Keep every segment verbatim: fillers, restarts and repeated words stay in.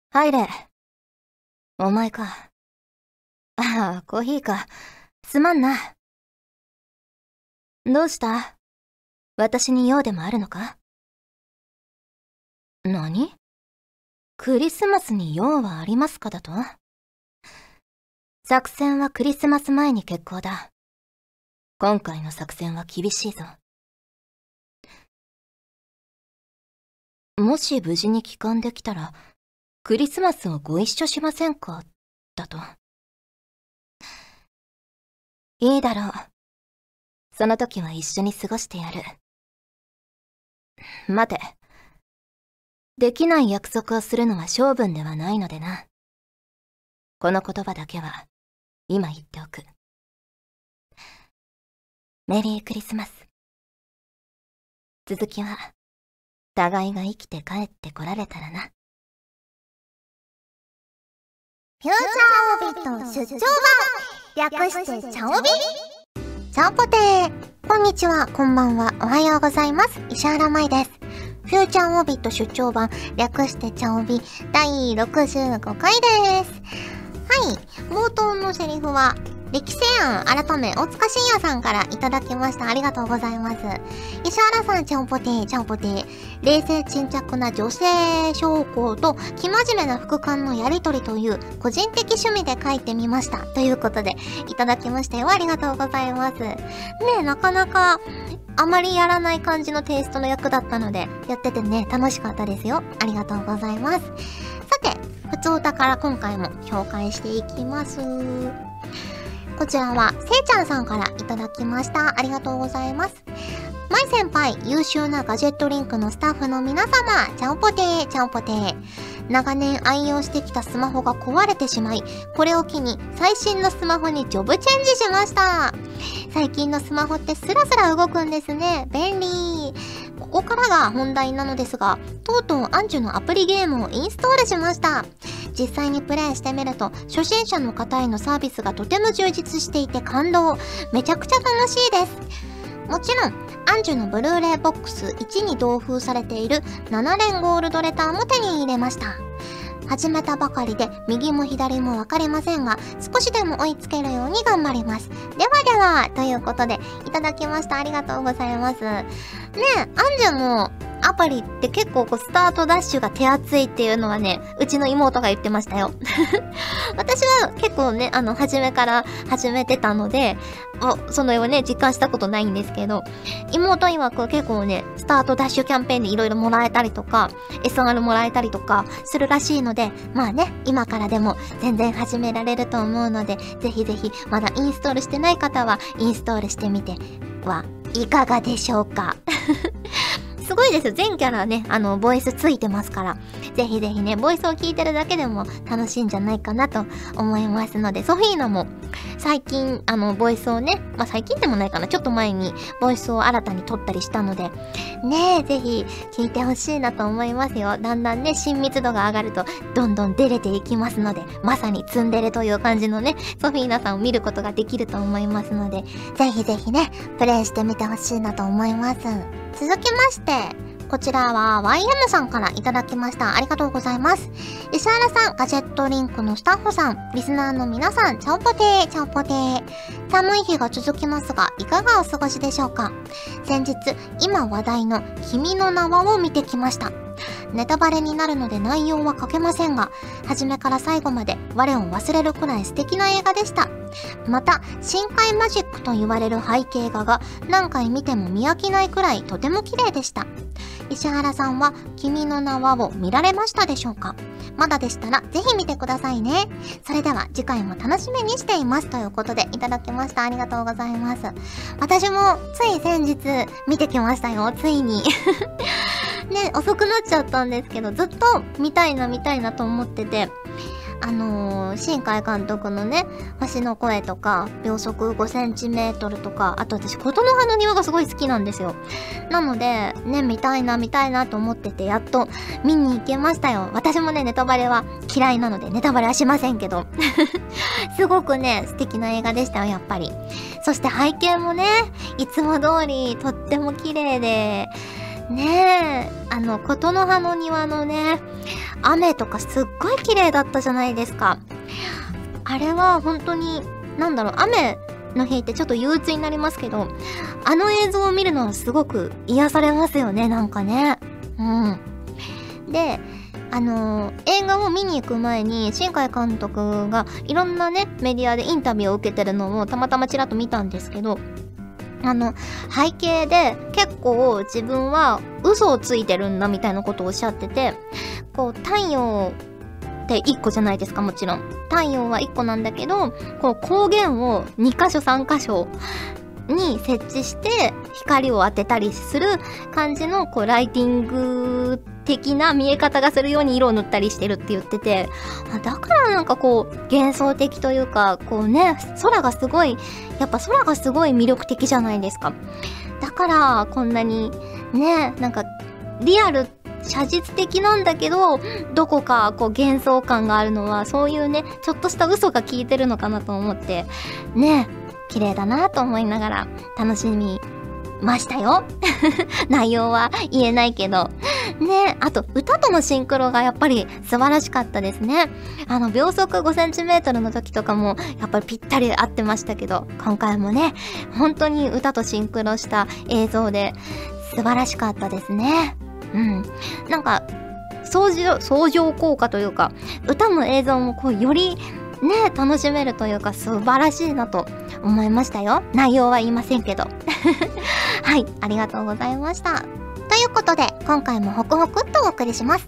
入れ。お前か。ああ、コーヒーか。すまんな。どうした？私に用でもあるのか？何？クリスマスに用はありますかだと？作戦はクリスマス前に決行だ。今回の作戦は厳しいぞ。もし無事に帰還できたら、クリスマスをご一緒しませんかだと。いいだろう。その時は一緒に過ごしてやる。待て。できない約束をするのは性分ではないのでな。この言葉だけは、今言っておく。メリークリスマス。続きは、互いが生きて帰ってこられたらな。 フューチャーオービット出張版、略してチャオビ。チャオポテー。こんにちは、こんばんは、おはようございます。石原舞です。フューチャーオービット出張版、略してチャオビだいろくじゅうごかいです。はい、冒頭のセリフは力士案改め大塚信也さんからいただきました。ありがとうございます。石原さん、チャオポテー、チャオポテー。冷静沈着な女性将校と生真面目な副官のやりとりという個人的趣味で書いてみました。ということでいただきましたよ。ありがとうございます。ねえ、なかなかあまりやらない感じのテイストの役だったので、やっててね、楽しかったですよ。ありがとうございます。さて、ふつおたから今回も紹介していきます。こちらは、せいちゃんさんからいただきました。ありがとうございます。まい先輩、優秀なガジェットリンクのスタッフの皆様、チャオポテー、チャオポテー。長年愛用してきたスマホが壊れてしまい、これを機に最新のスマホにジョブチェンジしました。最近のスマホってスラスラ動くんですね。便利。ここからが本題なのですが、とうとうアンジュのアプリゲームをインストールしました。実際にプレイしてみると、初心者の方へのサービスがとても充実していて感動。めちゃくちゃ楽しいです。もちろん、アンジュのブルーレイボックスいちに同封されているなな連ゴールドレターも手に入れました。始めたばかりで右も左もわかりませんが、少しでも追いつけるように頑張ります。ではでは、ということでいただきました。ありがとうございます。ねえ、アンジュのアプリって結構こうスタートダッシュが手厚いっていうのはね、うちの妹が言ってましたよ。私は結構ね、あの、初めから始めてたので、そのようね、実感したことないんですけど、妹曰く結構ね、スタートダッシュキャンペーンでいろいろもらえたりとか、エスアール もらえたりとかするらしいので、まあね、今からでも全然始められると思うので、ぜひぜひまだインストールしてない方はインストールしてみてはいかがでしょうか。すごいですよ。全キャラね、あの、ボイスついてますから。ぜひぜひね、ボイスを聞いてるだけでも楽しいんじゃないかなと思いますので、ソフィーナも最近、あの、ボイスをね、まあ、最近でもないかな、ちょっと前にボイスを新たに撮ったりしたので、ねえ、ぜひ聞いてほしいなと思いますよ。だんだんね、親密度が上がると、どんどん出れていきますので、まさにツンデレという感じのね、ソフィーナさんを見ることができると思いますので、ぜひぜひね、プレイしてみてほしいなと思います。続きまして、こちらは ワイエム さんからいただきました。ありがとうございます。石原さん、ガジェットリンクのスタッフさん、リスナーの皆さん、チャオポテー、チャオポテー。寒い日が続きますが、いかがお過ごしでしょうか。先日、今話題の君の名はを見てきました。ネタバレになるので内容は書けませんが、初めから最後まで我を忘れるくらい素敵な映画でした。また、深海マジックと言われる背景画が何回見ても見飽きないくらいとても綺麗でした。石原さんは君の名はを見られましたでしょうか。まだでしたらぜひ見てくださいね。それでは次回も楽しみにしていますということでいただきました。ありがとうございます。私もつい先日見てきましたよ。ついにね、遅くなっちゃったんですけど、ずっと見たいな見たいなと思ってて、あのー、新海監督のね、星の声とか、秒速ごセンチメートルとか、あと私、琴の葉の庭がすごい好きなんですよ。なので、ね、見たいな、見たいなと思ってて、やっと見に行けましたよ。私もね、ネタバレは嫌いなので、ネタバレはしませんけど。すごくね、素敵な映画でしたよ、やっぱり。そして背景もね、いつも通り、とっても綺麗で、 ねえ、あの、琴の葉の庭のね、雨とかすっごい綺麗だったじゃないですか。あれは本当に、なんだろう、雨の日ってちょっと憂鬱になりますけど、あの映像を見るのはすごく癒されますよね、なんかね。うん。で、あのー、映画を見に行く前に新海監督がいろんなねメディアでインタビューを受けてるのをたまたまちらっと見たんですけど、あの背景で結構自分は嘘をついてるんだみたいなことをおっしゃってて、こう太陽っていっこじゃないですか、もちろん太陽はいっこなんだけど、こう光源をにかしょさんかしょに設置して光を当てたりする感じのこうライティング的な見え方がするように色を塗ったりしてるって言ってて、あ、だからなんかこう幻想的というか、こうね、空がすごい、やっぱ空がすごい魅力的じゃないですか。だからこんなにね、なんかリアル写実的なんだけどどこかこう幻想感があるのは、そういうねちょっとした嘘が効いてるのかなと思ってね、綺麗だなと思いながら楽しみましたよ内容は言えないけどね。あと歌とのシンクロがやっぱり素晴らしかったですね。あの秒速ごセンチメートルの時とかもやっぱりぴったり合ってましたけど、今回もね本当に歌とシンクロした映像で素晴らしかったですね。うん、なんか相乗相乗効果というか、歌も映像もこうよりね楽しめるというか素晴らしいなと思いましたよ。内容は言いませんけどはい、ありがとうございました。ということで今回もホクホクっとお送りします。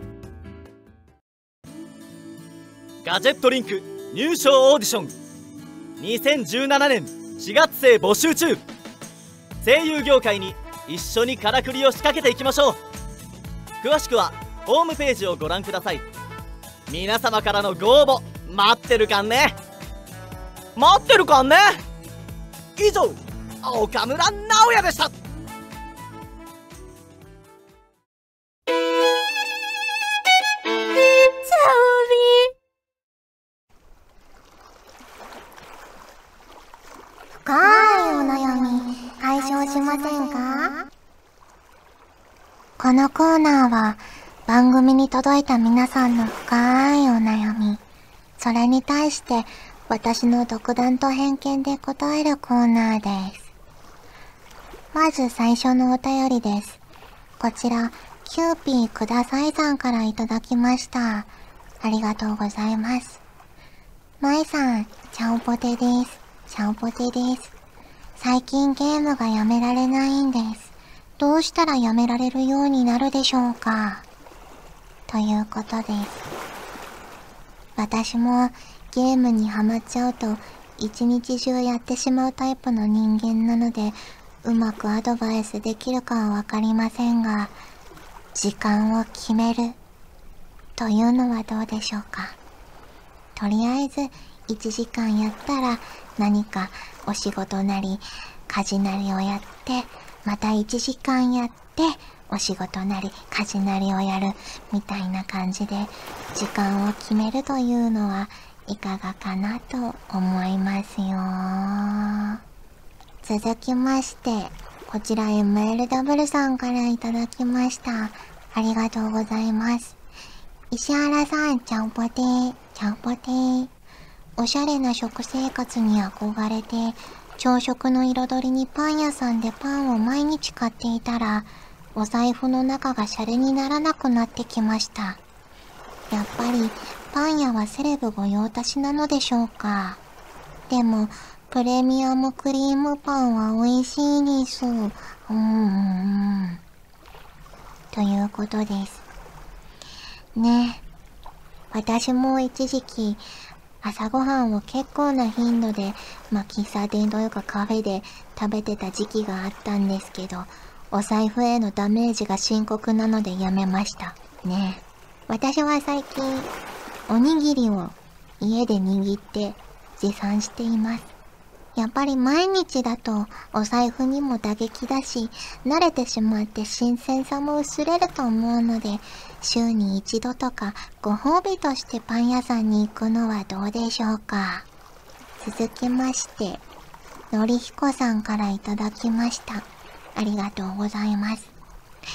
ガジェットリンク入賞オーディションにせんじゅうななねんしがつ生募集中。声優業界に一緒にからくりを仕掛けていきましょう。詳しくはホームページをご覧ください。皆様からのご応募待ってるかんね待ってるかんね。以上、岡村直也でした。 深いお悩み解消しませんか？このコーナーは番組に届いた皆さんの深いお悩み、それに対して私の独断と偏見で答えるコーナーです。まず最初のお便りです。こちらキューピーくださいさんからいただきました。ありがとうございます。まいさん、ちゃんぽてです。ちゃんぽてです。最近ゲームがやめられないんです。どうしたらやめられるようになるでしょうか？ということです。私もゲームにハマっちゃうと一日中やってしまうタイプの人間なので、うまくアドバイスできるかはわかりませんが、時間を決めるというのはどうでしょうか。とりあえずいちじかんやったら何かお仕事なり家事なりをやって、またいちじかんやってお仕事なり家事なりをやるみたいな感じで時間を決めるというのはいかがかなと思いますよ。続きまして、こちら エムエルダブリュー さんからいただきました。ありがとうございます。石原さん、ちゃんぽてー、ちゃんぽてー。おしゃれな食生活に憧れて、朝食の彩りにパン屋さんでパンを毎日買っていたら、お財布の中がシャレにならなくなってきました。やっぱりパン屋はセレブ御用達なのでしょうか。でもプレミアムクリームパンは美味しいです。うーん。ということです。ね。私も一時期朝ごはんを結構な頻度で、まあ、喫茶店というかカフェで食べてた時期があったんですけど、お財布へのダメージが深刻なのでやめました。ね。私は最近、おにぎりを家で握って持参しています。やっぱり毎日だとお財布にも打撃だし、慣れてしまって新鮮さも薄れると思うので、週に一度とかご褒美としてパン屋さんに行くのはどうでしょうか。続きまして、のりひこさんからいただきました。ありがとうございます。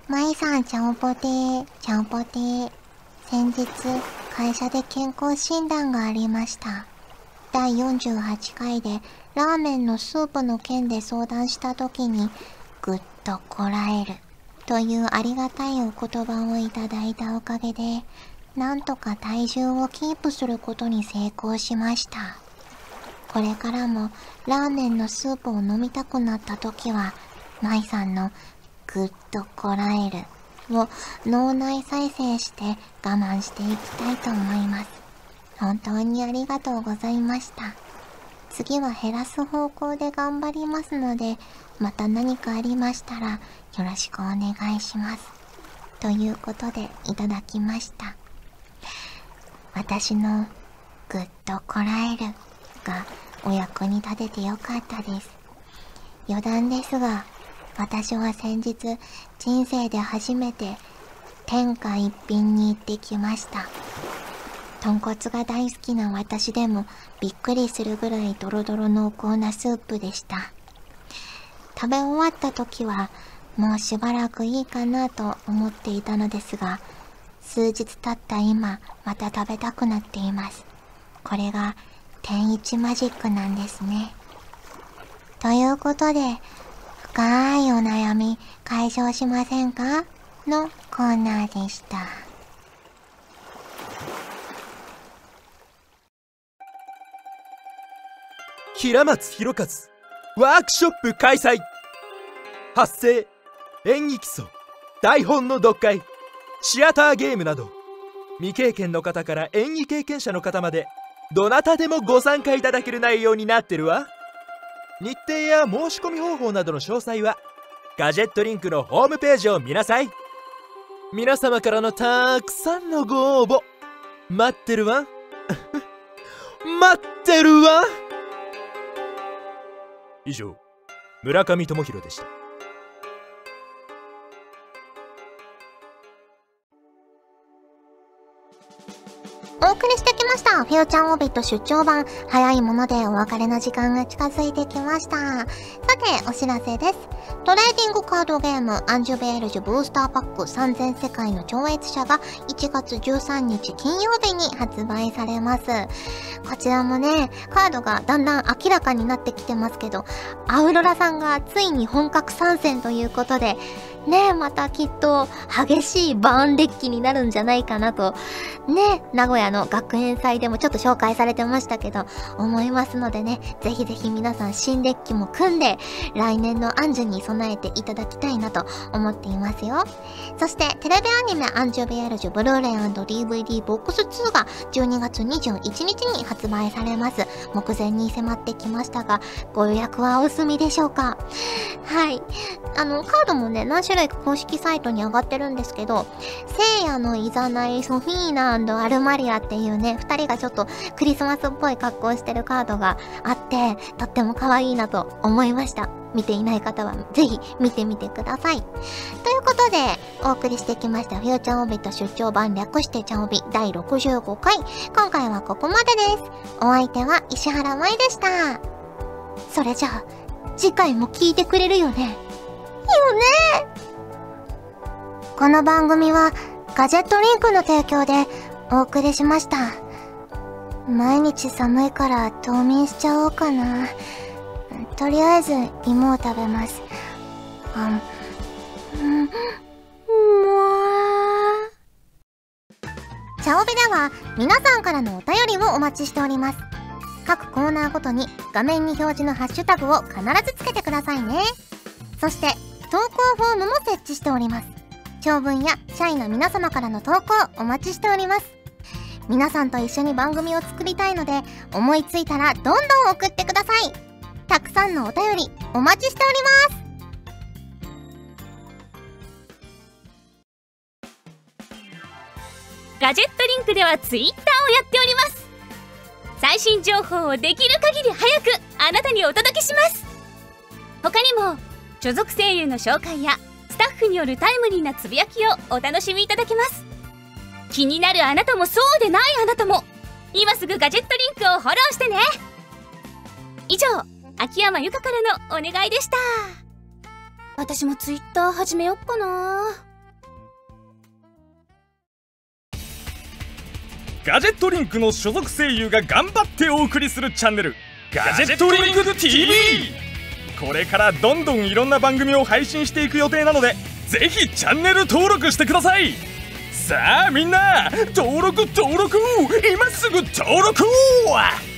まいさん、ちゃんぽてー、ちゃんぽてー。先日、会社で健康診断がありました。だいよんじゅうはちかいで、ラーメンのスープの件で相談した時に、ぐっとこらえる、というありがたいお言葉をいただいたおかげで、なんとか体重をキープすることに成功しました。これからも、ラーメンのスープを飲みたくなった時は、まいさんのぐっとこらえるを脳内再生して我慢していきたいと思います。本当にありがとうございました。次は減らす方向で頑張りますので、また何かありましたらよろしくお願いします。ということでいただきました。私のぐっとこらえるがお役に立ててよかったです。余談ですが、私は先日人生で初めて天下一品に行ってきました。豚骨が大好きな私でもびっくりするぐらいドロドロ濃厚なスープでした。食べ終わった時はもうしばらくいいかなと思っていたのですが、数日経った今また食べたくなっています。これが天一マジックなんですね。ということで、深いお悩み解消しませんかのコーナーでした。 平松博一ワークショップ開催。発声、演技基礎、台本の読解、シアターゲームなど、未経験の方から演技経験者の方までどなたでもご参加いただける内容になってるわ。日程や申し込み方法などの詳細はガジェットリンクのホームページを見なさい。皆様からのたくさんのご応募待ってるわ待ってるわ。以上、村上智弘でした。 お送りしてきましたフューチャーオービット出張版。早いものでお別れの時間が近づいてきました。さてお知らせです。トレーディングカードゲームアンジュベールジュブースターパックさんぜん世界の超越者がいちがつじゅうさんにち金曜日に発売されます。こちらもね、カードがだんだん明らかになってきてますけど、アウロラさんがついに本格参戦ということでね、またきっと激しいバーンデッキになるんじゃないかなとね、名古屋の学園祭でもちょっと紹介されてましたけど思いますのでね、ぜひぜひ皆さん新デッキも組んで来年のアンジュに備えていただきたいなと思っていますよ。そしてテレビアニメアンジュベールジュブルーレイ&ディーブイディー ボックスツーがじゅうにがつにじゅういちにちに発売されます。目前に迫ってきましたが、ご予約はお済みでしょうか？はい、あのカードもね何種類か公式サイトに上がってるんですけど、聖夜のいざないソフィーナ&アルマリアっていうね、ふたりがちょっとクリスマスっぽい格好をしてるカードがあって、とっても可愛いなと思いました。見ていない方はぜひ見てみてください。ということでお送りしてきましたフューチャーオービット出張版略してチャオビだいろくじゅうごかい、今回はここまでです。お相手は石原舞でした。それじゃあ次回も聞いてくれるよね？よね？この番組はガジェットリンクの提供でお送りしました。毎日寒いから冬眠しちゃおうかな。とりあえず芋を食べます。あ、うん、もわー。チャオベでは皆さんからのお便りをお待ちしております。各コーナーごとに画面に表示のハッシュタグを必ずつけてくださいね。そして投稿フォームも設置しております。長文や社員の皆様からの投稿お待ちしております。皆さんと一緒に番組を作りたいので、思いついたらどんどん送ってください。たくさんのお便りお待ちしております。 ガジェットリンクではツイッターをやっております。最新情報をできる限り早くあなたにお届けします。他にも所属声優の紹介やスタッフによるタイムリーなつぶやきをお楽しみいただけます。気になるあなたもそうでないあなたも今すぐガジェットリンクをフォローしてね。以上、秋山由佳からのお願いでした。私もツイッター始めよっかな。 ガジェットリンクの所属声優が頑張ってお送りするチャンネルガジェットリンク ティービー。 これからどんどんいろんな番組を配信していく予定なので、ぜひチャンネル登録してください。さあみんな登録登録今すぐ登録